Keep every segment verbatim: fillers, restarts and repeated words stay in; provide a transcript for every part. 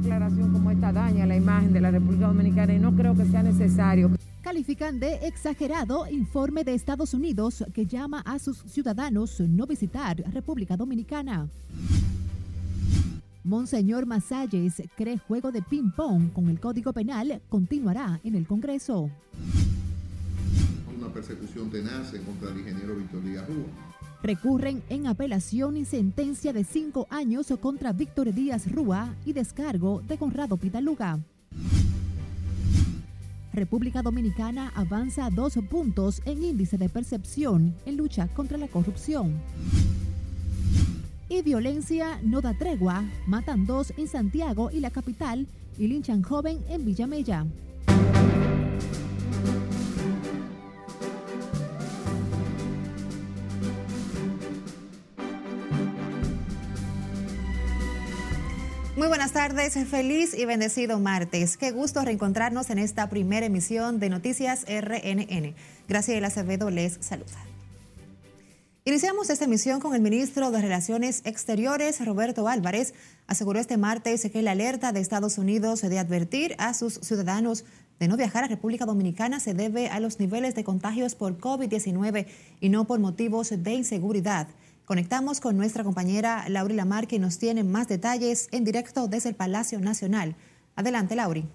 declaración como esta daña la imagen de la República Dominicana y no creo que sea necesario. Califican de exagerado informe de Estados Unidos que llama a sus ciudadanos no visitar República Dominicana. Monseñor Masalles cree juego de ping-pong con el Código Penal continuará en el Congreso. Una persecución tenaz en contra del ingeniero Víctor Díaz Rúa. Recurren en apelación y sentencia de cinco años contra Víctor Díaz Rúa y descargo de Conrado Pitaluga. República Dominicana avanza a dos puntos en índice de percepción en lucha contra la corrupción. Y violencia no da tregua, matan dos en Santiago y la capital y linchan joven en Villamella. Muy buenas tardes, feliz y bendecido martes. Qué gusto reencontrarnos en esta primera emisión de Noticias R N N. Graciela Acevedo les saluda. Iniciamos esta emisión con el ministro de Relaciones Exteriores, Roberto Álvarez. Aseguró este martes que la alerta de Estados Unidos de advertir a sus ciudadanos de no viajar a República Dominicana se debe a los niveles de contagios por COVID diecinueve y no por motivos de inseguridad. Conectamos con nuestra compañera Lauri Lamar, que nos tiene más detalles en directo desde el Palacio Nacional. Adelante, Lauri.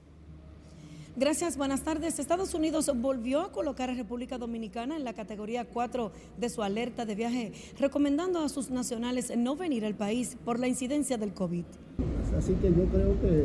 Gracias, buenas tardes. Estados Unidos volvió a colocar a República Dominicana en la categoría cuatro de su alerta de viaje, recomendando a sus nacionales no venir al país por la incidencia del COVID. Así que yo creo que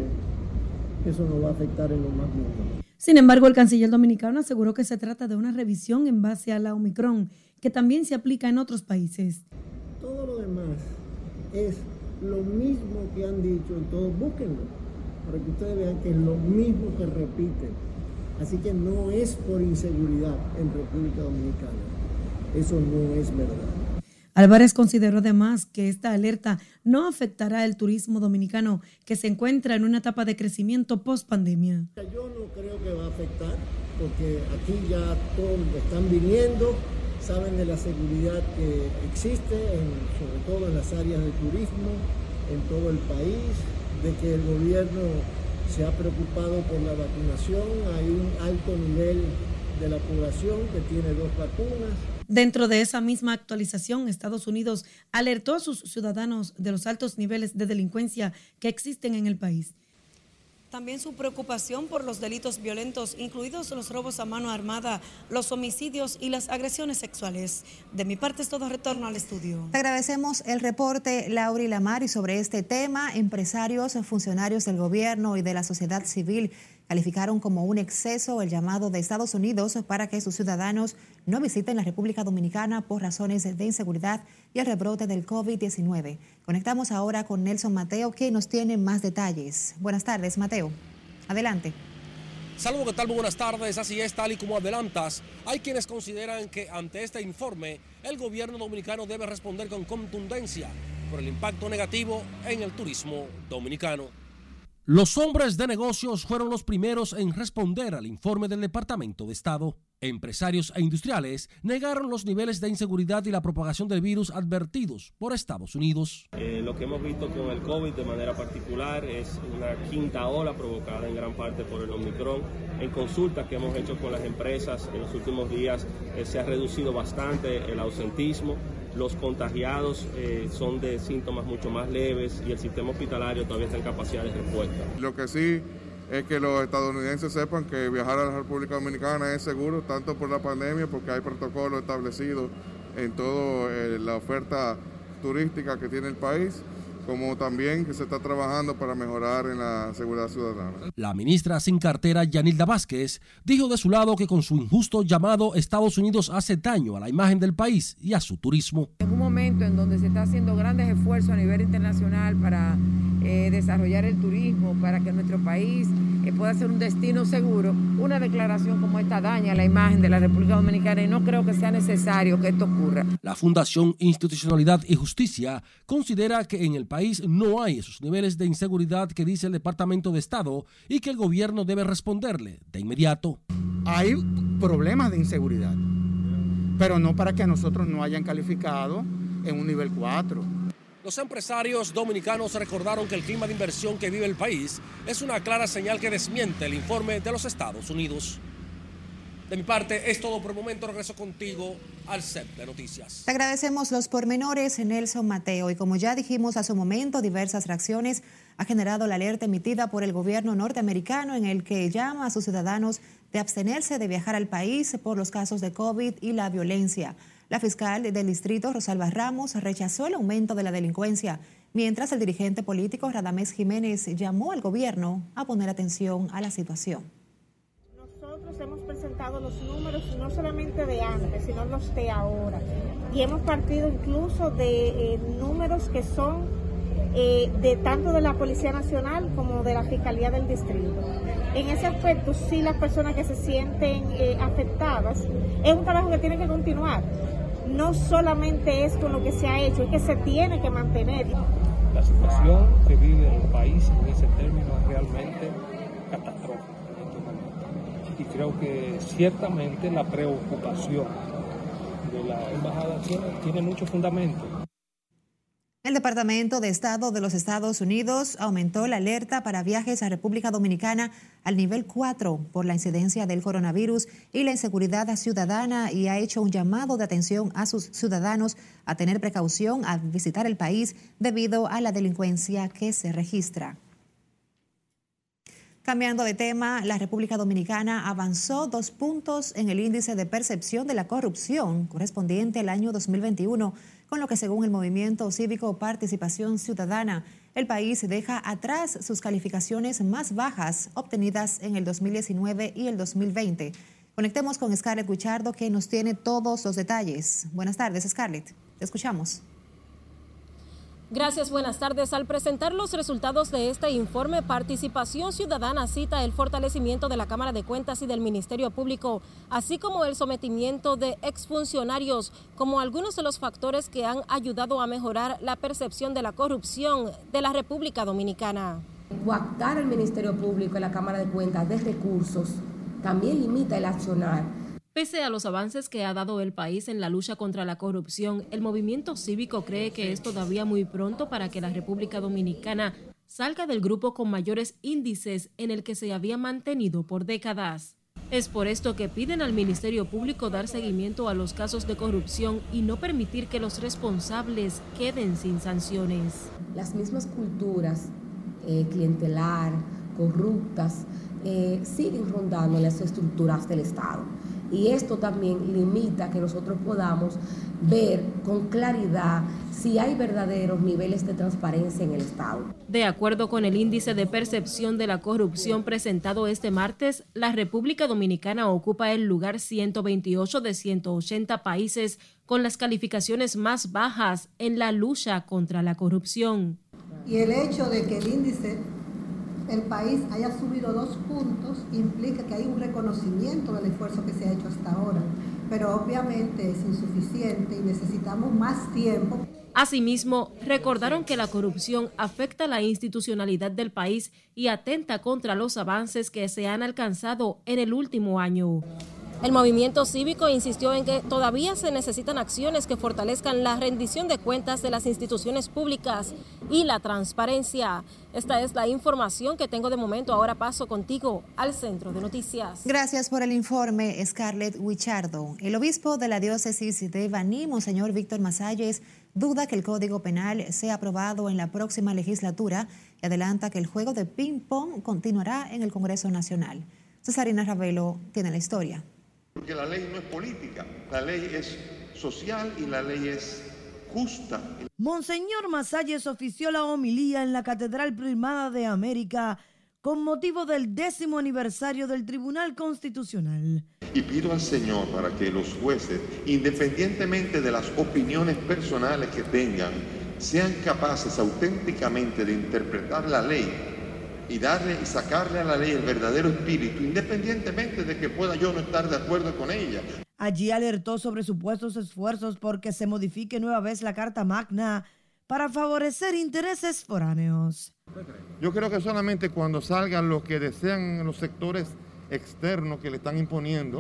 eso no va a afectar en lo más mínimo. Sin embargo, el canciller dominicano aseguró que se trata de una revisión en base a la Omicron, que también se aplica en otros países. Todo lo demás es lo mismo que han dicho en todos, búsquenlo, para que ustedes vean que es lo mismo que repiten. Así que no es por inseguridad en República Dominicana. Eso no es verdad. Álvarez consideró además que esta alerta no afectará el turismo dominicano, que se encuentra en una etapa de crecimiento post-pandemia. Yo no creo que va a afectar, porque aquí ya todos están viniendo, saben de la seguridad que existe, en, sobre todo en las áreas de turismo, en todo el país, de que el gobierno se ha preocupado por la vacunación, hay un alto nivel de la población que tiene dos vacunas. Dentro de esa misma actualización, Estados Unidos alertó a sus ciudadanos de los altos niveles de delincuencia que existen en el país. También su preocupación por los delitos violentos, incluidos los robos a mano armada, los homicidios y las agresiones sexuales. De mi parte es todo, retorno al estudio. Te agradecemos el reporte, Lauri Lamar, y sobre este tema, empresarios, funcionarios del gobierno y de la sociedad civil calificaron como un exceso el llamado de Estados Unidos para que sus ciudadanos no visiten la República Dominicana por razones de inseguridad y el rebrote del COVID diecinueve. Conectamos ahora con Nelson Mateo, que nos tiene más detalles. Buenas tardes, Mateo. Adelante. Saludos, ¿qué tal? Muy buenas tardes. Así es, tal y como adelantas, hay quienes consideran que ante este informe el gobierno dominicano debe responder con contundencia por el impacto negativo en el turismo dominicano. Los hombres de negocios fueron los primeros en responder al informe del Departamento de Estado. Empresarios e industriales negaron los niveles de inseguridad y la propagación del virus advertidos por Estados Unidos. Eh, lo que hemos visto con el COVID de manera particular es una quinta ola provocada en gran parte por el Omicron. En consultas que hemos hecho con las empresas en los últimos días eh, se ha reducido bastante el ausentismo. Los contagiados eh, son de síntomas mucho más leves y el sistema hospitalario todavía está en capacidad de respuesta. Lo que sí es que los estadounidenses sepan que viajar a la República Dominicana es seguro, tanto por la pandemia, porque hay protocolos establecidos en toda eh, la oferta turística que tiene el país, como también que se está trabajando para mejorar en la seguridad ciudadana. La ministra sin cartera, Yanilda Vázquez, dijo de su lado que con su injusto llamado Estados Unidos hace daño a la imagen del país y a su turismo. En un momento en donde se está haciendo grandes esfuerzos a nivel internacional para eh, desarrollar el turismo, para que nuestro país eh, pueda ser un destino seguro, una declaración como esta daña la imagen de la República Dominicana y no creo que sea necesario que esto ocurra. La Fundación Institucionalidad y Justicia considera que en el país país no hay esos niveles de inseguridad que dice el Departamento de Estado y que el gobierno debe responderle de inmediato. Hay problemas de inseguridad, pero no para que a nosotros no hayan calificado en un nivel cuatro. Los empresarios dominicanos recordaron que el clima de inversión que vive el país es una clara señal que desmiente el informe de los Estados Unidos. De mi parte, es todo por el momento. Regreso contigo al set de noticias. Te agradecemos los pormenores, Nelson Mateo. Y como ya dijimos hace un momento, diversas reacciones ha generado la alerta emitida por el gobierno norteamericano en el que llama a sus ciudadanos de abstenerse de viajar al país por los casos de COVID y la violencia. La fiscal del distrito, Rosalba Ramos, rechazó el aumento de la delincuencia, mientras el dirigente político Radamés Jiménez llamó al gobierno a poner atención a la situación. Nosotros hemos presentado los números no solamente de antes, sino los de ahora. Y hemos partido incluso de eh, números que son eh, de tanto de la Policía Nacional como de la Fiscalía del Distrito. En ese aspecto, sí, las personas que se sienten eh, afectadas, es un trabajo que tiene que continuar. No solamente es con lo que se ha hecho, es que se tiene que mantener. La situación que vive el país en ese término es realmente catastrófica. Y creo que ciertamente la preocupación de la embajada tiene, tiene mucho fundamento. El Departamento de Estado de los Estados Unidos aumentó la alerta para viajes a República Dominicana al nivel cuatro por la incidencia del coronavirus y la inseguridad ciudadana y ha hecho un llamado de atención a sus ciudadanos a tener precaución al visitar el país debido a la delincuencia que se registra. Cambiando de tema, la República Dominicana avanzó dos puntos en el índice de percepción de la corrupción correspondiente al año dos mil veintiuno, con lo que según el Movimiento Cívico Participación Ciudadana, el país deja atrás sus calificaciones más bajas obtenidas en el dos mil diecinueve y el dos mil veinte. Conectemos con Scarlett Guichardo, que nos tiene todos los detalles. Buenas tardes, Scarlett. Te escuchamos. Gracias, buenas tardes. Al presentar los resultados de este informe, Participación Ciudadana cita el fortalecimiento de la Cámara de Cuentas y del Ministerio Público, así como el sometimiento de exfuncionarios como algunos de los factores que han ayudado a mejorar la percepción de la corrupción de la República Dominicana. Coactar al Ministerio Público y la Cámara de Cuentas de recursos también limita el accionar. Pese a los avances que ha dado el país en la lucha contra la corrupción, el movimiento cívico cree que es todavía muy pronto para que la República Dominicana salga del grupo con mayores índices en el que se había mantenido por décadas. Es por esto que piden al Ministerio Público dar seguimiento a los casos de corrupción y no permitir que los responsables queden sin sanciones. Las mismas culturas eh, clientelar, corruptas, eh, siguen rondando en las estructuras del Estado. Y esto también limita que nosotros podamos ver con claridad si hay verdaderos niveles de transparencia en el Estado. De acuerdo con el índice de percepción de la corrupción presentado este martes, la República Dominicana ocupa el lugar ciento veintiocho de ciento ochenta países con las calificaciones más bajas en la lucha contra la corrupción. Y el hecho de que el índice el país haya subido dos puntos implica que hay un reconocimiento del esfuerzo que se ha hecho hasta ahora, pero obviamente es insuficiente y necesitamos más tiempo. Asimismo, recordaron que la corrupción afecta la institucionalidad del país y atenta contra los avances que se han alcanzado en el último año. El movimiento cívico insistió en que todavía se necesitan acciones que fortalezcan la rendición de cuentas de las instituciones públicas y la transparencia. Esta es la información que tengo de momento. Ahora paso contigo al Centro de Noticias. Gracias por el informe, Scarlett Guichardo. El obispo de la diócesis de Baní, Monseñor Víctor Masalles, duda que el Código Penal sea aprobado en la próxima legislatura y adelanta que el juego de ping-pong continuará en el Congreso Nacional. Cesarina Ravelo tiene la historia. Porque la ley no es política, la ley es social y la ley es justa. Monseñor Masalles ofició la homilía en la Catedral Primada de América con motivo del décimo aniversario del Tribunal Constitucional. Y pido al Señor para que los jueces, independientemente de las opiniones personales que tengan, sean capaces auténticamente de interpretar la ley y darle y sacarle a la ley el verdadero espíritu, independientemente de que pueda yo no estar de acuerdo con ella. Allí alertó sobre supuestos esfuerzos por que se modifique nueva vez la Carta Magna para favorecer intereses foráneos. Yo creo que solamente cuando salgan los que desean los sectores externos que le están imponiendo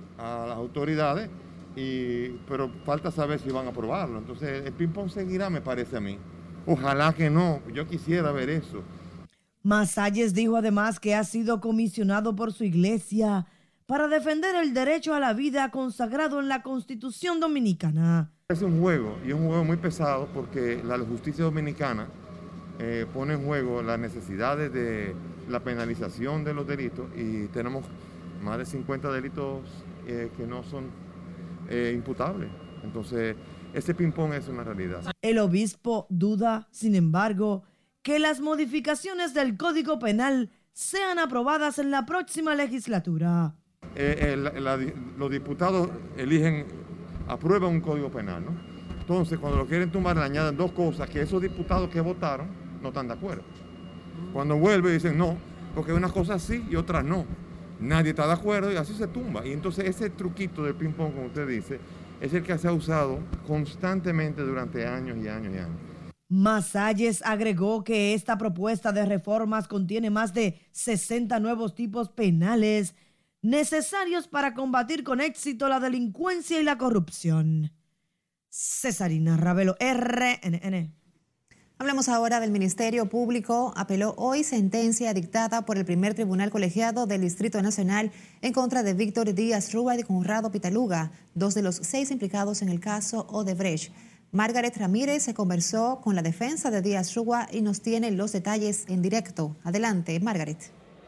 a las autoridades, y, pero falta saber si van a aprobarlo. Entonces el ping-pong seguirá, me parece a mí. Ojalá que no, yo quisiera ver eso. Masalles dijo además que ha sido comisionado por su iglesia para defender el derecho a la vida consagrado en la Constitución Dominicana. Es un juego, y es un juego muy pesado porque la justicia dominicana eh, pone en juego las necesidades de la penalización de los delitos, y tenemos más de cincuenta delitos eh, que no son eh, imputables. Entonces, ese ping-pong es una realidad. El obispo duda, sin embargo, que las modificaciones del Código Penal sean aprobadas en la próxima legislatura. Eh, el, la, los diputados eligen, aprueban un Código Penal, ¿no? Entonces, cuando lo quieren tumbar, le añaden dos cosas que esos diputados que votaron no están de acuerdo. Cuando vuelven dicen no, porque unas cosas sí y otras no. Nadie está de acuerdo y así se tumba. Y entonces ese truquito del ping-pong, como usted dice, es el que se ha usado constantemente durante años y años y años. Masalles agregó que esta propuesta de reformas contiene más de sesenta nuevos tipos penales necesarios para combatir con éxito la delincuencia y la corrupción. Cesarina Ravelo, R N N. Hablamos ahora del Ministerio Público. Apeló hoy sentencia dictada por el primer tribunal colegiado del Distrito Nacional en contra de Víctor Díaz Rúa y Conrado Pitaluga, dos de los seis implicados en el caso Odebrecht. Margaret Ramírez se conversó con la defensa de Díaz Rúa y nos tiene los detalles en directo. Adelante, Margaret.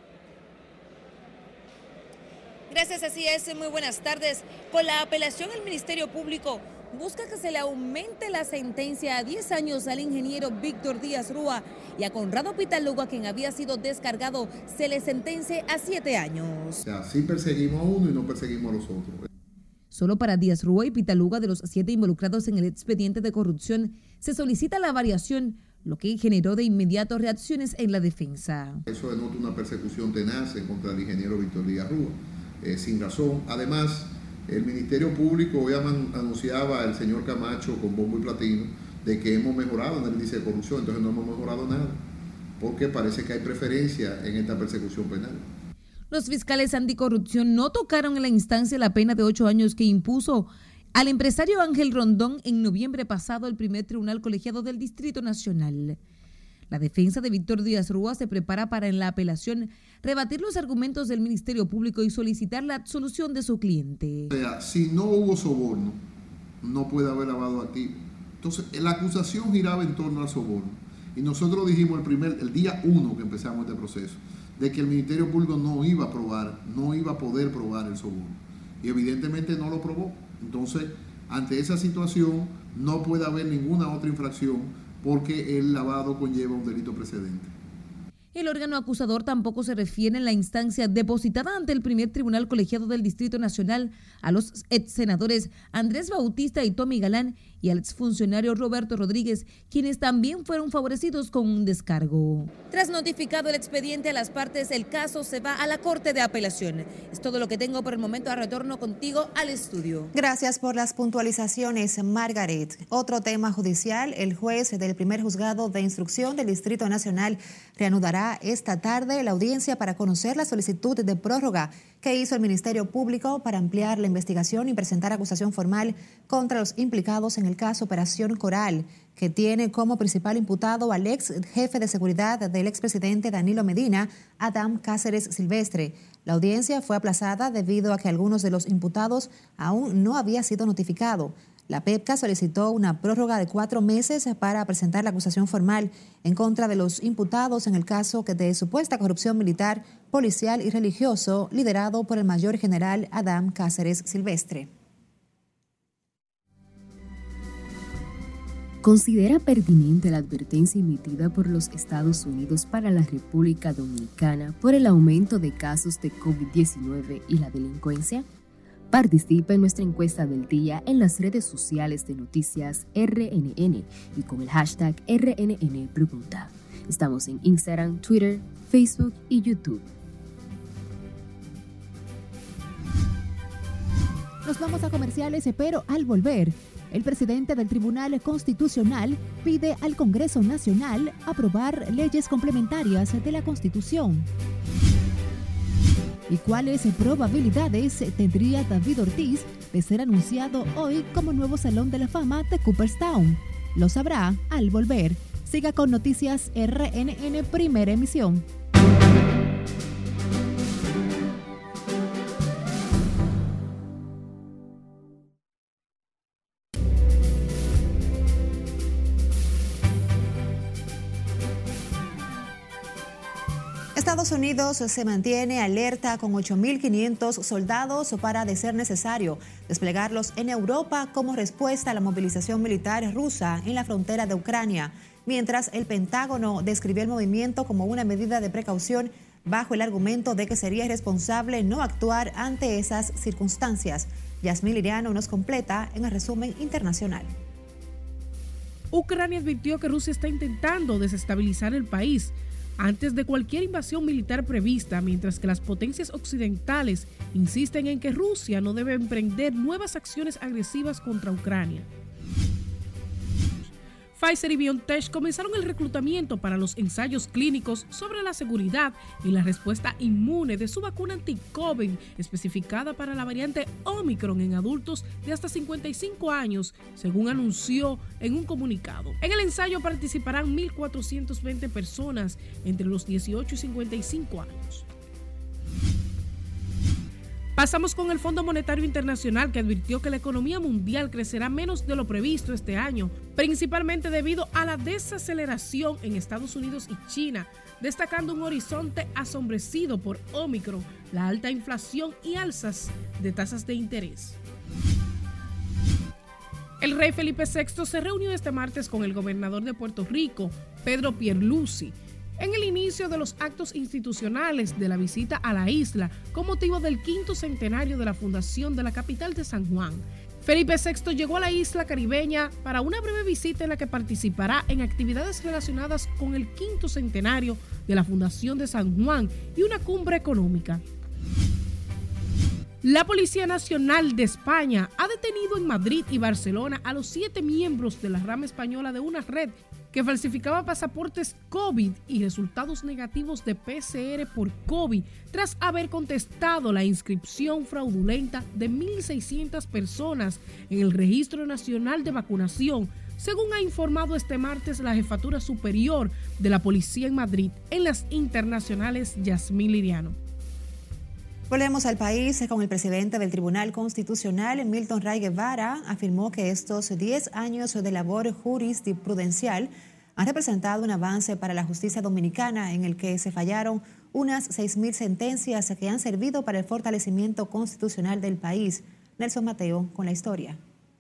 Gracias, así es. Muy buenas tardes. Con la apelación, el Ministerio Público busca que se le aumente la sentencia a diez años al ingeniero Víctor Díaz Rúa y a Conrado Pitaluga, quien había sido descargado, se le sentencie a siete años. O sea, sí perseguimos a uno y no perseguimos a los otros. Solo para Díaz Rúa y Pitaluga, de los siete involucrados en el expediente de corrupción, se solicita la variación, lo que generó de inmediato reacciones en la defensa. Eso denota una persecución tenaz en contra del ingeniero Víctor Díaz Rúa, eh, sin razón. Además, el Ministerio Público hoy anunciaba el señor Camacho con bombo y platino de que hemos mejorado en el índice de corrupción, entonces no hemos mejorado nada, porque parece que hay preferencia en esta persecución penal. Los fiscales anticorrupción no tocaron en la instancia la pena de ocho años que impuso al empresario Ángel Rondón en noviembre pasado el primer tribunal colegiado del Distrito Nacional. La defensa de Víctor Díaz Rúa se prepara para en la apelación rebatir los argumentos del Ministerio Público y solicitar la absolución de su cliente. O sea, si no hubo soborno, no puede haber lavado activos. Entonces, la acusación giraba en torno al soborno. Y nosotros dijimos el, primer, el día uno que empezamos este proceso, de que el Ministerio Público no iba a probar, no iba a poder probar el soborno. Y evidentemente no lo probó. Entonces, ante esa situación, no puede haber ninguna otra infracción porque el lavado conlleva un delito precedente. El órgano acusador tampoco se refiere en la instancia depositada ante el primer tribunal colegiado del Distrito Nacional a los ex senadores Andrés Bautista y Tommy Galán y al exfuncionario Roberto Rodríguez, quienes también fueron favorecidos con un descargo. Tras notificado el expediente a las partes, el caso se va a la Corte de Apelación. Es todo lo que tengo por el momento. A retorno contigo al estudio. Gracias por las puntualizaciones, Margaret. Otro tema judicial: el juez del primer juzgado de instrucción del Distrito Nacional reanudará esta tarde la audiencia para conocer la solicitud de prórroga que hizo el Ministerio Público para ampliar la investigación y presentar acusación formal contra los implicados en el caso Operación Coral, que tiene como principal imputado al ex jefe de seguridad del expresidente Danilo Medina, Adán Cáceres Silvestre. La audiencia fue aplazada debido a que algunos de los imputados aún no había sido notificado. La PEPCA solicitó una prórroga de cuatro meses para presentar la acusación formal en contra de los imputados en el caso de supuesta corrupción militar, policial y religioso liderado por el mayor general Adán Cáceres Silvestre. ¿Considera pertinente la advertencia emitida por los Estados Unidos para la República Dominicana por el aumento de casos de COVID diecinueve y la delincuencia? Participa en nuestra encuesta del día en las redes sociales de Noticias R N N y con el hashtag R N N Pregunta. Estamos en Instagram, Twitter, Facebook y YouTube. Nos vamos a comerciales, pero al volver, el presidente del Tribunal Constitucional pide al Congreso Nacional aprobar leyes complementarias de la Constitución. ¿Y cuáles probabilidades tendría David Ortiz de ser anunciado hoy como nuevo Salón de la Fama de Cooperstown? Lo sabrá al volver. Siga con Noticias R N N Primera Emisión. Estados Unidos se mantiene alerta con ocho mil quinientos soldados para, de ser necesario, desplegarlos en Europa como respuesta a la movilización militar rusa en la frontera de Ucrania, mientras el Pentágono describió el movimiento como una medida de precaución bajo el argumento de que sería irresponsable no actuar ante esas circunstancias. Yasmín Liriano nos completa en el resumen internacional. Ucrania advirtió que Rusia está intentando desestabilizar el país antes de cualquier invasión militar prevista, mientras que las potencias occidentales insisten en que Rusia no debe emprender nuevas acciones agresivas contra Ucrania. Pfizer y BioNTech comenzaron el reclutamiento para los ensayos clínicos sobre la seguridad y la respuesta inmune de su vacuna anti-COVID, especificada para la variante Omicron en adultos de hasta cincuenta y cinco años, según anunció en un comunicado. En el ensayo participarán mil cuatrocientas veinte personas entre los dieciocho y cincuenta y cinco años. Pasamos con el Fondo Monetario Internacional, que advirtió que la economía mundial crecerá menos de lo previsto este año, principalmente debido a la desaceleración en Estados Unidos y China, destacando un horizonte asombrecido por Omicron, la alta inflación y alzas de tasas de interés. El rey Felipe sexto se reunió este martes con el gobernador de Puerto Rico, Pedro Pierluisi, en el inicio de los actos institucionales de la visita a la isla con motivo del quinto centenario de la fundación de la capital de San Juan. Felipe sexto llegó a la isla caribeña para una breve visita en la que participará en actividades relacionadas con el quinto centenario de la fundación de San Juan y una cumbre económica. La Policía Nacional de España ha detenido en Madrid y Barcelona a los siete miembros de la rama española de una red que falsificaba pasaportes COVID y resultados negativos de P C R por COVID tras haber contestado la inscripción fraudulenta de mil seiscientas personas en el Registro Nacional de Vacunación, según ha informado este martes la Jefatura Superior de la Policía en Madrid. En las internacionales, Yasmín Liriano. Volvemos al país con el presidente del Tribunal Constitucional, Milton Ray Guevara, afirmó que estos diez años de labor jurisprudencial han representado un avance para la justicia dominicana, en el que se fallaron unas seis mil sentencias que han servido para el fortalecimiento constitucional del país. Nelson Mateo con la historia.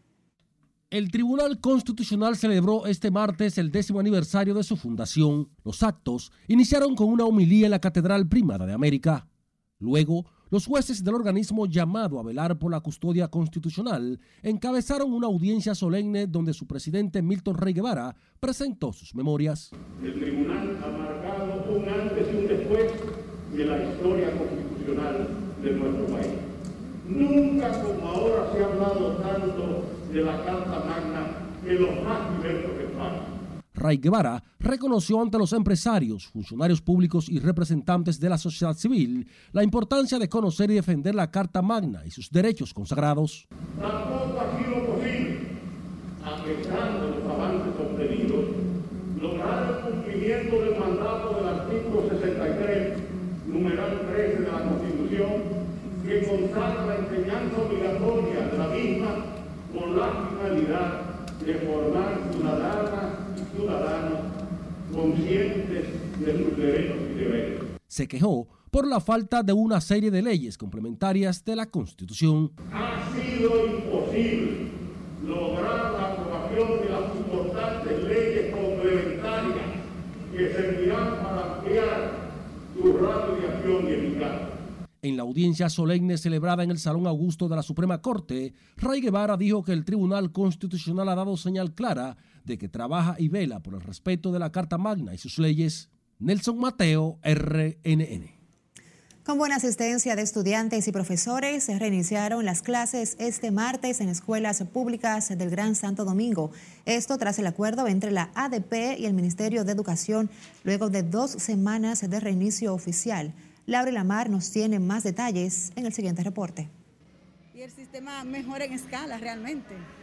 El Tribunal Constitucional celebró este martes el décimo aniversario de su fundación. Los actos iniciaron con una homilía en la Catedral Primada de América. Luego, los jueces del organismo llamado a velar por la custodia constitucional encabezaron una audiencia solemne donde su presidente Milton Ray Guevara presentó sus memorias. El tribunal ha marcado un antes y un después de la historia constitucional de nuestro país. Nunca como ahora se ha hablado tanto de la Carta Magna en los más diversos espacios. Ray Guevara reconoció ante los empresarios, funcionarios públicos y representantes de la sociedad civil la importancia de conocer y defender la Carta Magna y sus derechos consagrados. Tampoco ha sido posible, a pesar de los avances obtenidos, lograr el cumplimiento del mandato del artículo sesenta y tres, numeral trece de la Constitución, que consagra la enseñanza obligatoria de la misma con la finalidad de formar ciudadanas y ciudadanos conscientes de sus derechos y deberes. Se quejó por la falta de una serie de leyes complementarias de la Constitución. Ha sido imposible lograr la aprobación de las importantes leyes complementarias que servirán para ampliar su radio de acción y eficacia. En la audiencia solemne celebrada en el Salón Augusto de la Suprema Corte, Ray Guevara dijo que el Tribunal Constitucional ha dado señal clara de que trabaja y vela por el respeto de la Carta Magna y sus leyes. Nelson Mateo, R N N. Con buena asistencia de estudiantes y profesores, se reiniciaron las clases este martes en escuelas públicas del Gran Santo Domingo. Esto tras el acuerdo entre la A D P y el Ministerio de Educación, luego de dos semanas de reinicio oficial. Laura Lamar nos tiene más detalles en el siguiente reporte. Y el sistema mejora en escala realmente.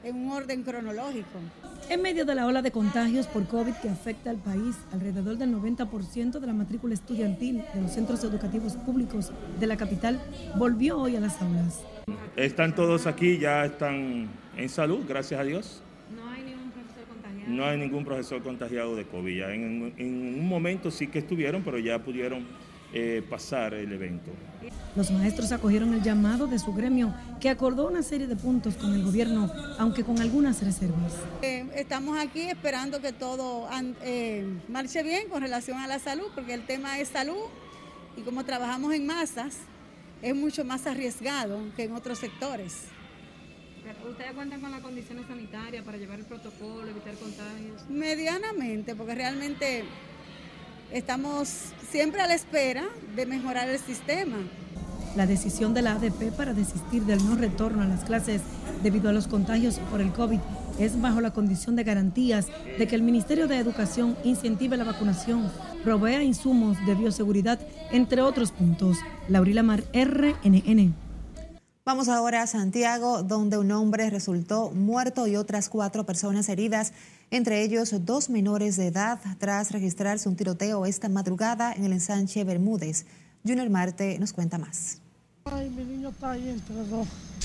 en un orden cronológico. En medio de la ola de contagios por COVID que afecta al país, alrededor del noventa por ciento de la matrícula estudiantil de los centros educativos públicos de la capital volvió hoy a las aulas. Están todos aquí, ya están en salud, gracias a Dios. ¿No hay ningún profesor contagiado? No hay ningún profesor contagiado de COVID. Ya en, en un momento sí que estuvieron, pero ya pudieron eh, pasar el evento. Los maestros acogieron el llamado de su gremio, que acordó una serie de puntos con el gobierno, aunque con algunas reservas. Eh, estamos aquí esperando que todo eh, marche bien con relación a la salud, porque el tema es salud y como trabajamos en masas, es mucho más arriesgado que en otros sectores. ¿Ustedes cuentan con las condiciones sanitarias para llevar el protocolo, evitar contagios? Medianamente, porque realmente estamos siempre a la espera de mejorar el sistema. La decisión de la A D P para desistir del no retorno a las clases debido a los contagios por el COVID es bajo la condición de garantías de que el Ministerio de Educación incentive la vacunación, provea insumos de bioseguridad, entre otros puntos. Laurila Mar, R N N. Vamos ahora a Santiago, donde un hombre resultó muerto y otras cuatro personas heridas, entre ellos dos menores de edad, tras registrarse un tiroteo esta madrugada en el ensanche Bermúdez. Junior Marte nos cuenta más. Ay, mi niño está ahí entre dos.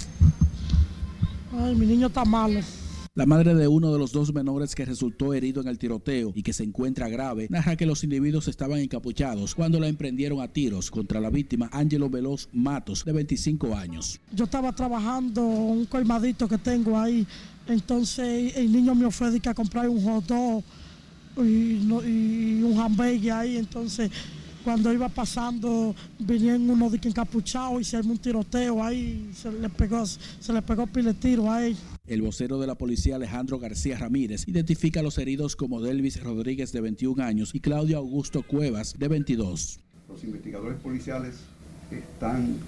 Ay, mi niño está malo. La madre de uno de los dos menores que resultó herido en el tiroteo y que se encuentra grave, narra que los individuos estaban encapuchados cuando la emprendieron a tiros contra la víctima Ángelo Veloz Matos, de veinticinco años. Yo estaba trabajando un colmadito que tengo ahí, entonces el niño me ofreció a comprar un hot dog y, y un hamburgues ahí, entonces cuando iba pasando venían unos de que encapuchados y se armó un tiroteo ahí, se le pegó, se le pegó pile tiro a él. El vocero de la policía, Alejandro García Ramírez, identifica a los heridos como Delvis Rodríguez, de veintiún años, y Claudio Augusto Cuevas, de veintidós. Los investigadores policiales están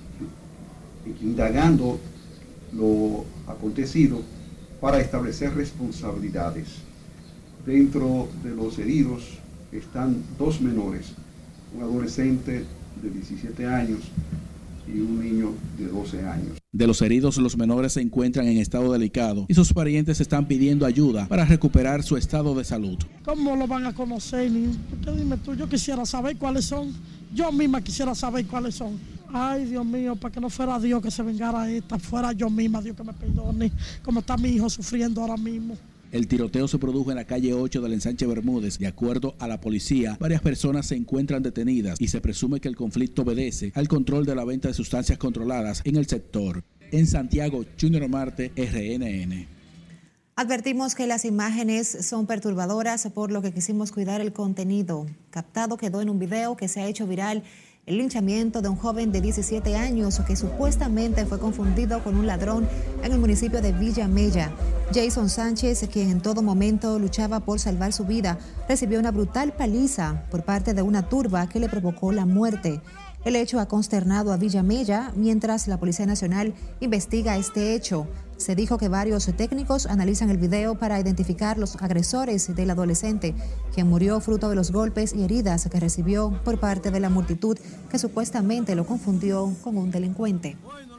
indagando lo acontecido para establecer responsabilidades. Dentro de los heridos están dos menores, un adolescente de diecisiete años y un niño de doce años. De los heridos, los menores se encuentran en estado delicado y sus parientes están pidiendo ayuda para recuperar su estado de salud. ¿Cómo lo van a conocer? ¿Qué dime tú? Yo quisiera saber cuáles son. Yo misma quisiera saber cuáles son. Ay, Dios mío, para que no fuera Dios que se vengara esta, fuera yo misma, Dios que me perdone, como está mi hijo sufriendo ahora mismo. El tiroteo se produjo en la calle ocho del ensanche Bermúdez. De acuerdo a la policía, varias personas se encuentran detenidas y se presume que el conflicto obedece al control de la venta de sustancias controladas en el sector. En Santiago, Junior Marte, R N N. Advertimos que las imágenes son perturbadoras, por lo que quisimos cuidar el contenido. Captado quedó en un video que se ha hecho viral el linchamiento de un joven de diecisiete años que supuestamente fue confundido con un ladrón en el municipio de Villa Mella. Jason Sánchez, quien en todo momento luchaba por salvar su vida, recibió una brutal paliza por parte de una turba que le provocó la muerte. El hecho ha consternado a Villa Mella, mientras la Policía Nacional investiga este hecho. Se dijo que varios técnicos analizan el video para identificar los agresores del adolescente, quien murió fruto de los golpes y heridas que recibió por parte de la multitud que supuestamente lo confundió con un delincuente.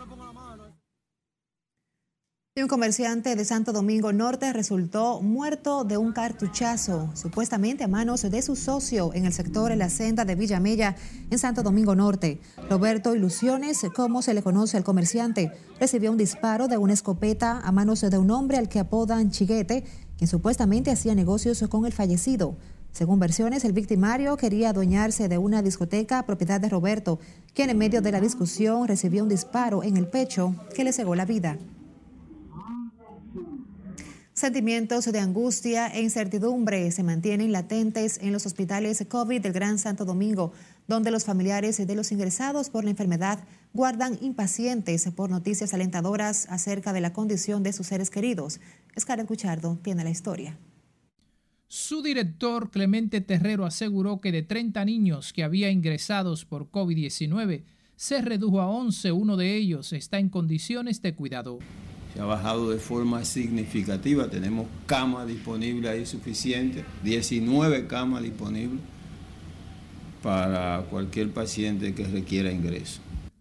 Y un comerciante de Santo Domingo Norte resultó muerto de un cartuchazo, supuestamente a manos de su socio en el sector La Senda de Villa Mella, en Santo Domingo Norte. Roberto Ilusiones, como se le conoce al comerciante, recibió un disparo de una escopeta a manos de un hombre al que apodan Chiguete, quien supuestamente hacía negocios con el fallecido. Según versiones, el victimario quería adueñarse de una discoteca propiedad de Roberto, quien en medio de la discusión recibió un disparo en el pecho que le cegó la vida. Sentimientos de angustia e incertidumbre se mantienen latentes en los hospitales COVID del Gran Santo Domingo, donde los familiares de los ingresados por la enfermedad guardan impacientes por noticias alentadoras acerca de la condición de sus seres queridos. Scarlett Cuchardo tiene la historia. Su director, Clemente Terrero, aseguró que de treinta niños que había ingresados por COVID diecinueve, se redujo a once. Uno de ellos está en condiciones de cuidado. Se ha bajado de forma significativa, tenemos camas disponibles ahí suficientes, diecinueve camas disponibles para cualquier paciente que requiera ingreso.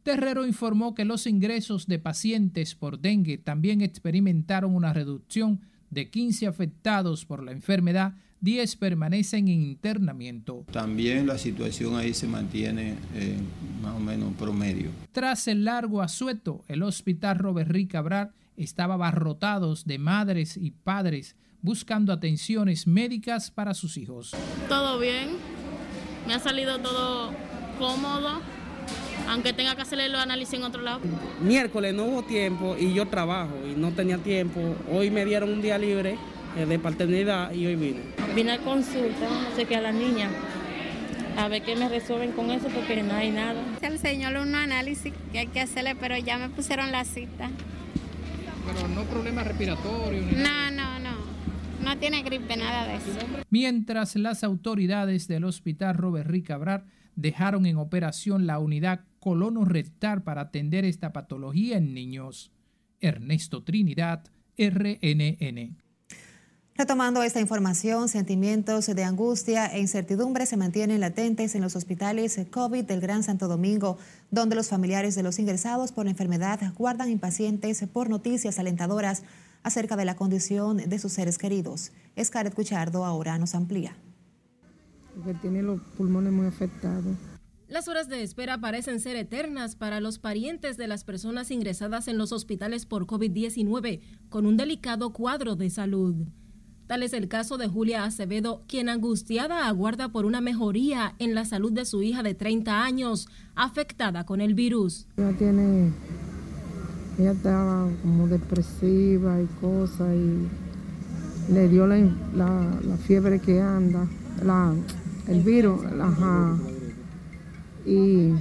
Terrero informó que los ingresos de pacientes por dengue también experimentaron una reducción de quince afectados por la enfermedad, diez permanecen en internamiento. También la situación ahí se mantiene eh, más o menos promedio. Tras el largo asueto, el hospital Robert Rick Cabral estaba abarrotado de madres y padres buscando atenciones médicas para sus hijos. Todo bien, me ha salido todo cómodo, aunque tenga que hacerle los análisis en otro lado. Miércoles no hubo tiempo y yo trabajo y no tenía tiempo. Hoy me dieron un día libre eh, de paternidad y hoy vine. Vine a consulta, no sé qué, a la niña, a ver qué me resuelven con eso porque no hay nada. Se enseñó un análisis que hay que hacerle, pero ya me pusieron la cita. Pero no problemas respiratorios. No, no, no, no tiene gripe, nada de eso. Mientras las autoridades del hospital Robert Rick Cabral dejaron en operación la unidad colono-rectal para atender esta patología en niños. Ernesto Trinidad, R N N. Retomando esta información, sentimientos de angustia e incertidumbre se mantienen latentes en los hospitales COVID del Gran Santo Domingo, donde los familiares de los ingresados por la enfermedad guardan impacientes por noticias alentadoras acerca de la condición de sus seres queridos. Scarlett Cuchardo ahora nos amplía. Porque tiene los pulmones muy afectados. Las horas de espera parecen ser eternas para los parientes de las personas ingresadas en los hospitales por COVID diecinueve con un delicado cuadro de salud. Tal es el caso de Julia Acevedo, quien angustiada aguarda por una mejoría en la salud de su hija de treinta años, afectada con el virus. Ella tiene, ella estaba como depresiva y cosas, y le dio la, la, la fiebre que anda, la, el virus, ajá, y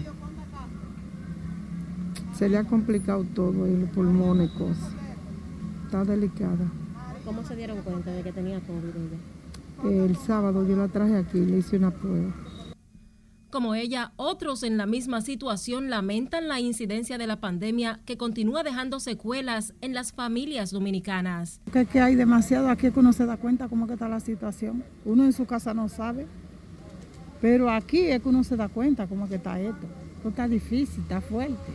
se le ha complicado todo, y los pulmones y cosas. Está delicada. ¿Cómo se dieron cuenta de que tenía COVID ella? El sábado yo la traje aquí y le hice una prueba. Como ella, otros en la misma situación lamentan la incidencia de la pandemia que continúa dejando secuelas en las familias dominicanas. Que, que hay demasiado aquí que uno se da cuenta cómo que está la situación. Uno en su casa no sabe, pero aquí es que uno se da cuenta cómo que está esto. Esto está difícil, está fuerte.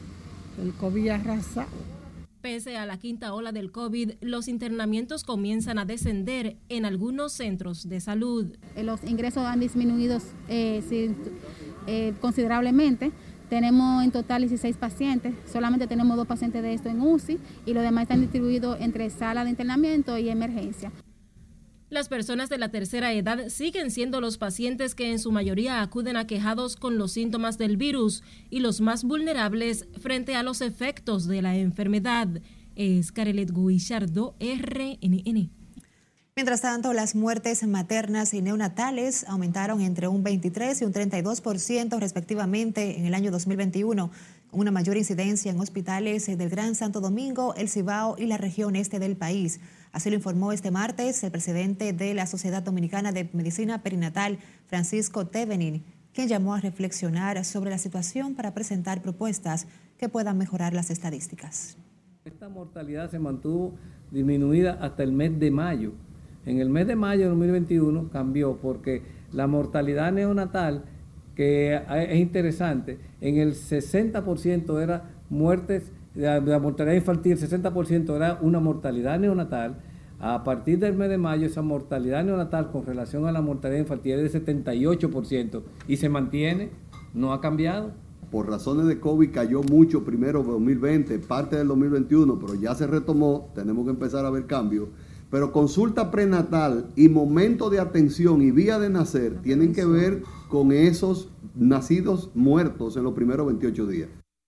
El COVID ha arrasado. Pese a la quinta ola del COVID, los internamientos comienzan a descender en algunos centros de salud. Los ingresos han disminuido eh, sí, eh, considerablemente. Tenemos en total dieciséis pacientes, solamente tenemos dos pacientes de esto en U C I y los demás están distribuidos entre sala de internamiento y emergencia. Las personas de la tercera edad siguen siendo los pacientes que en su mayoría acuden aquejados con los síntomas del virus y los más vulnerables frente a los efectos de la enfermedad. Es Carelet Guillardo, R N N. Mientras tanto, las muertes maternas y neonatales aumentaron entre un veintitrés y un treinta y dos por ciento respectivamente en el año dos mil veintiuno, con una mayor incidencia en hospitales del Gran Santo Domingo, el Cibao y la región este del país. Así lo informó este martes el presidente de la Sociedad Dominicana de Medicina Perinatal, Francisco Tevenin, quien llamó a reflexionar sobre la situación para presentar propuestas que puedan mejorar las estadísticas. Esta mortalidad se mantuvo disminuida hasta el mes de mayo. En el mes de mayo de dos mil veintiuno cambió porque la mortalidad neonatal, que es interesante, en el sesenta por ciento era muertes, la mortalidad infantil, el sesenta por ciento era una mortalidad neonatal. A partir del mes de mayo, esa mortalidad neonatal con relación a la mortalidad infantil es de setenta y ocho por ciento y se mantiene, no ha cambiado. Por razones de COVID cayó mucho primero dos mil veinte, parte del dos mil veintiuno, pero ya se retomó, tenemos que empezar a ver cambios. Pero consulta prenatal y momento de atención y vía de nacer tienen que ver con esos nacidos muertos en los primeros veintiocho días.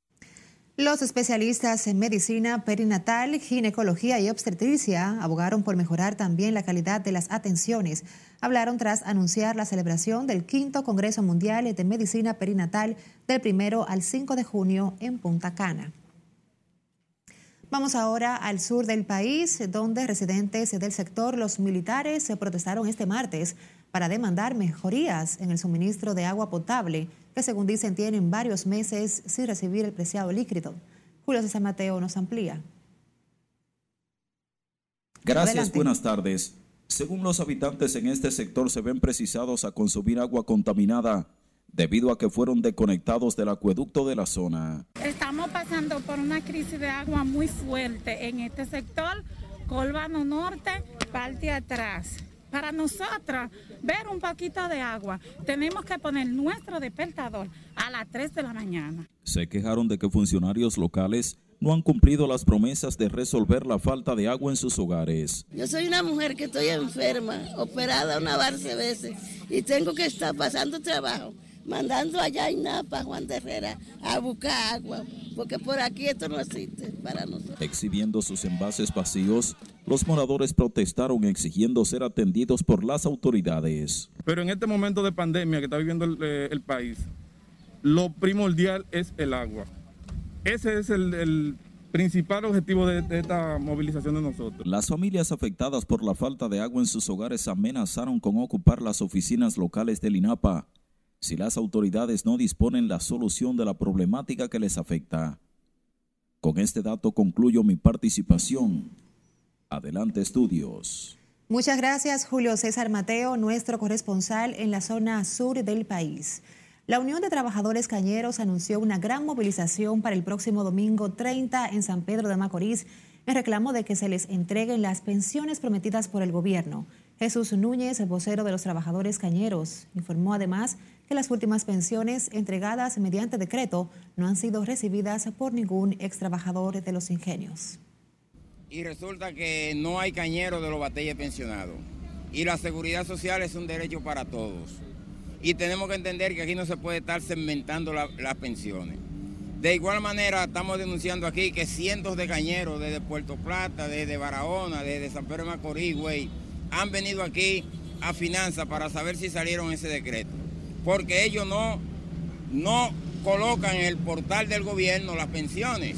Los especialistas en medicina perinatal, ginecología y obstetricia abogaron por mejorar también la calidad de las atenciones. Hablaron tras anunciar la celebración del quinto Congreso Mundial de Medicina Perinatal del primero al cinco de junio en Punta Cana. Vamos ahora al sur del país, donde residentes del sector, los militares, se protestaron este martes para demandar mejorías en el suministro de agua potable, que según dicen tienen varios meses sin recibir el preciado líquido. Julio César Mateo nos amplía. Gracias, Adelante. Buenas tardes. Según los habitantes en este sector se ven precisados a consumir agua contaminada debido a que fueron desconectados del acueducto de la zona. Estamos pasando por una crisis de agua muy fuerte en este sector, Colbano Norte, parte atrás. Para nosotros ver un poquito de agua, tenemos que poner nuestro despertador a las tres de la mañana. Se quejaron de que funcionarios locales no han cumplido las promesas de resolver la falta de agua en sus hogares. Yo soy una mujer que estoy enferma, operada una barce veces, y tengo que estar pasando trabajo, mandando allá en Napa, Juan de Herrera, a buscar agua, porque por aquí esto no existe para nosotros. Exhibiendo sus envases vacíos, los moradores protestaron exigiendo ser atendidos por las autoridades. Pero en este momento de pandemia que está viviendo el, eh, el país, lo primordial es el agua. Ese es el, el principal objetivo de, de esta movilización de nosotros. Las familias afectadas por la falta de agua en sus hogares amenazaron con ocupar las oficinas locales del INAPA si las autoridades no disponen la solución de la problemática que les afecta. Con este dato concluyo mi participación. Adelante, estudios. Muchas gracias, Julio César Mateo, nuestro corresponsal en la zona sur del país. La Unión de Trabajadores Cañeros anunció una gran movilización para el próximo domingo treinta en San Pedro de Macorís en reclamo de que se les entreguen las pensiones prometidas por el gobierno. Jesús Núñez, el vocero de los trabajadores cañeros, informó además que las últimas pensiones entregadas mediante decreto no han sido recibidas por ningún ex trabajador de los ingenios. Y resulta que no hay cañeros de los batalles pensionados. Y la seguridad social es un derecho para todos. Y tenemos que entender que aquí no se puede estar segmentando la, las pensiones. De igual manera, estamos denunciando aquí que cientos de cañeros desde Puerto Plata, desde Barahona, desde San Pedro de Macorís, güey, han venido aquí a Finanzas para saber si salieron ese decreto. Porque ellos no, no colocan en el portal del gobierno las pensiones.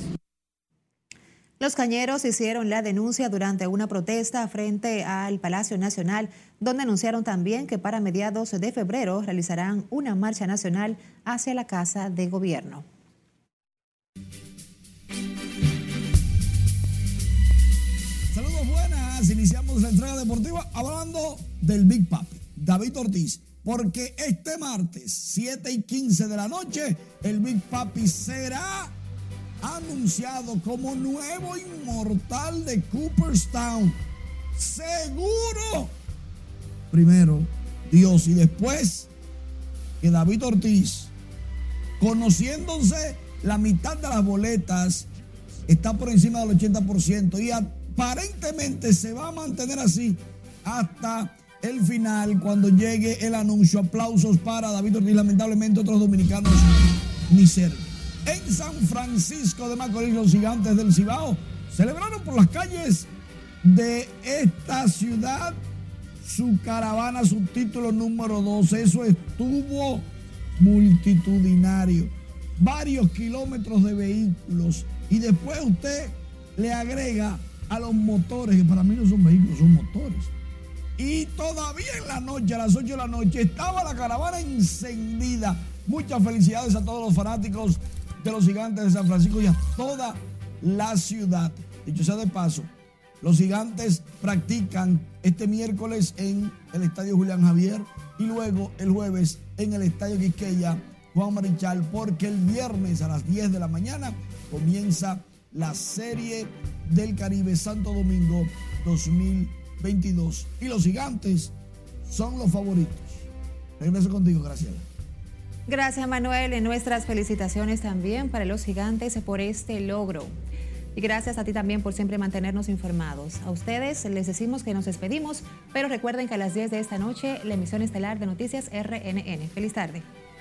Los cañeros hicieron la denuncia durante una protesta frente al Palacio Nacional, donde anunciaron también que para mediados de febrero realizarán una marcha nacional hacia la Casa de Gobierno. Saludos, buenas. Iniciamos la entrega deportiva hablando del Big Papi, David Ortiz, porque este martes, siete y quince de la noche, el Big Papi será anunciado como nuevo inmortal de Cooperstown. ¡Seguro! Primero, Dios, y después que David Ortiz, conociéndose la mitad de las boletas, está por encima del ochenta por ciento y aparentemente se va a mantener así hasta el final cuando llegue el anuncio. Aplausos para David Ortiz. Lamentablemente otros dominicanos ni cerca. En San Francisco de Macorís, los Gigantes del Cibao celebraron por las calles de esta ciudad su caravana, su título número doce. Eso estuvo multitudinario. Varios kilómetros de vehículos. Y después usted le agrega a los motores, que para mí no son vehículos, son motores. Y todavía en la noche, a las ocho de la noche, estaba la caravana encendida. Muchas felicidades a todos los fanáticos de los Gigantes de San Francisco y a toda la ciudad. Dicho sea de paso, los Gigantes practican este miércoles en el Estadio Julián Javier y luego el jueves en el Estadio Quisqueya Juan Marichal, porque el viernes a las diez de la mañana comienza la Serie del Caribe Santo Domingo dos mil veintidós y los Gigantes son los favoritos. Regreso contigo, Graciela. Gracias, Manuel. En nuestras felicitaciones también para los Gigantes por este logro. Y gracias a ti también por siempre mantenernos informados. A ustedes les decimos que nos despedimos, pero recuerden que a las diez de esta noche la emisión estelar de Noticias R N N. Feliz tarde.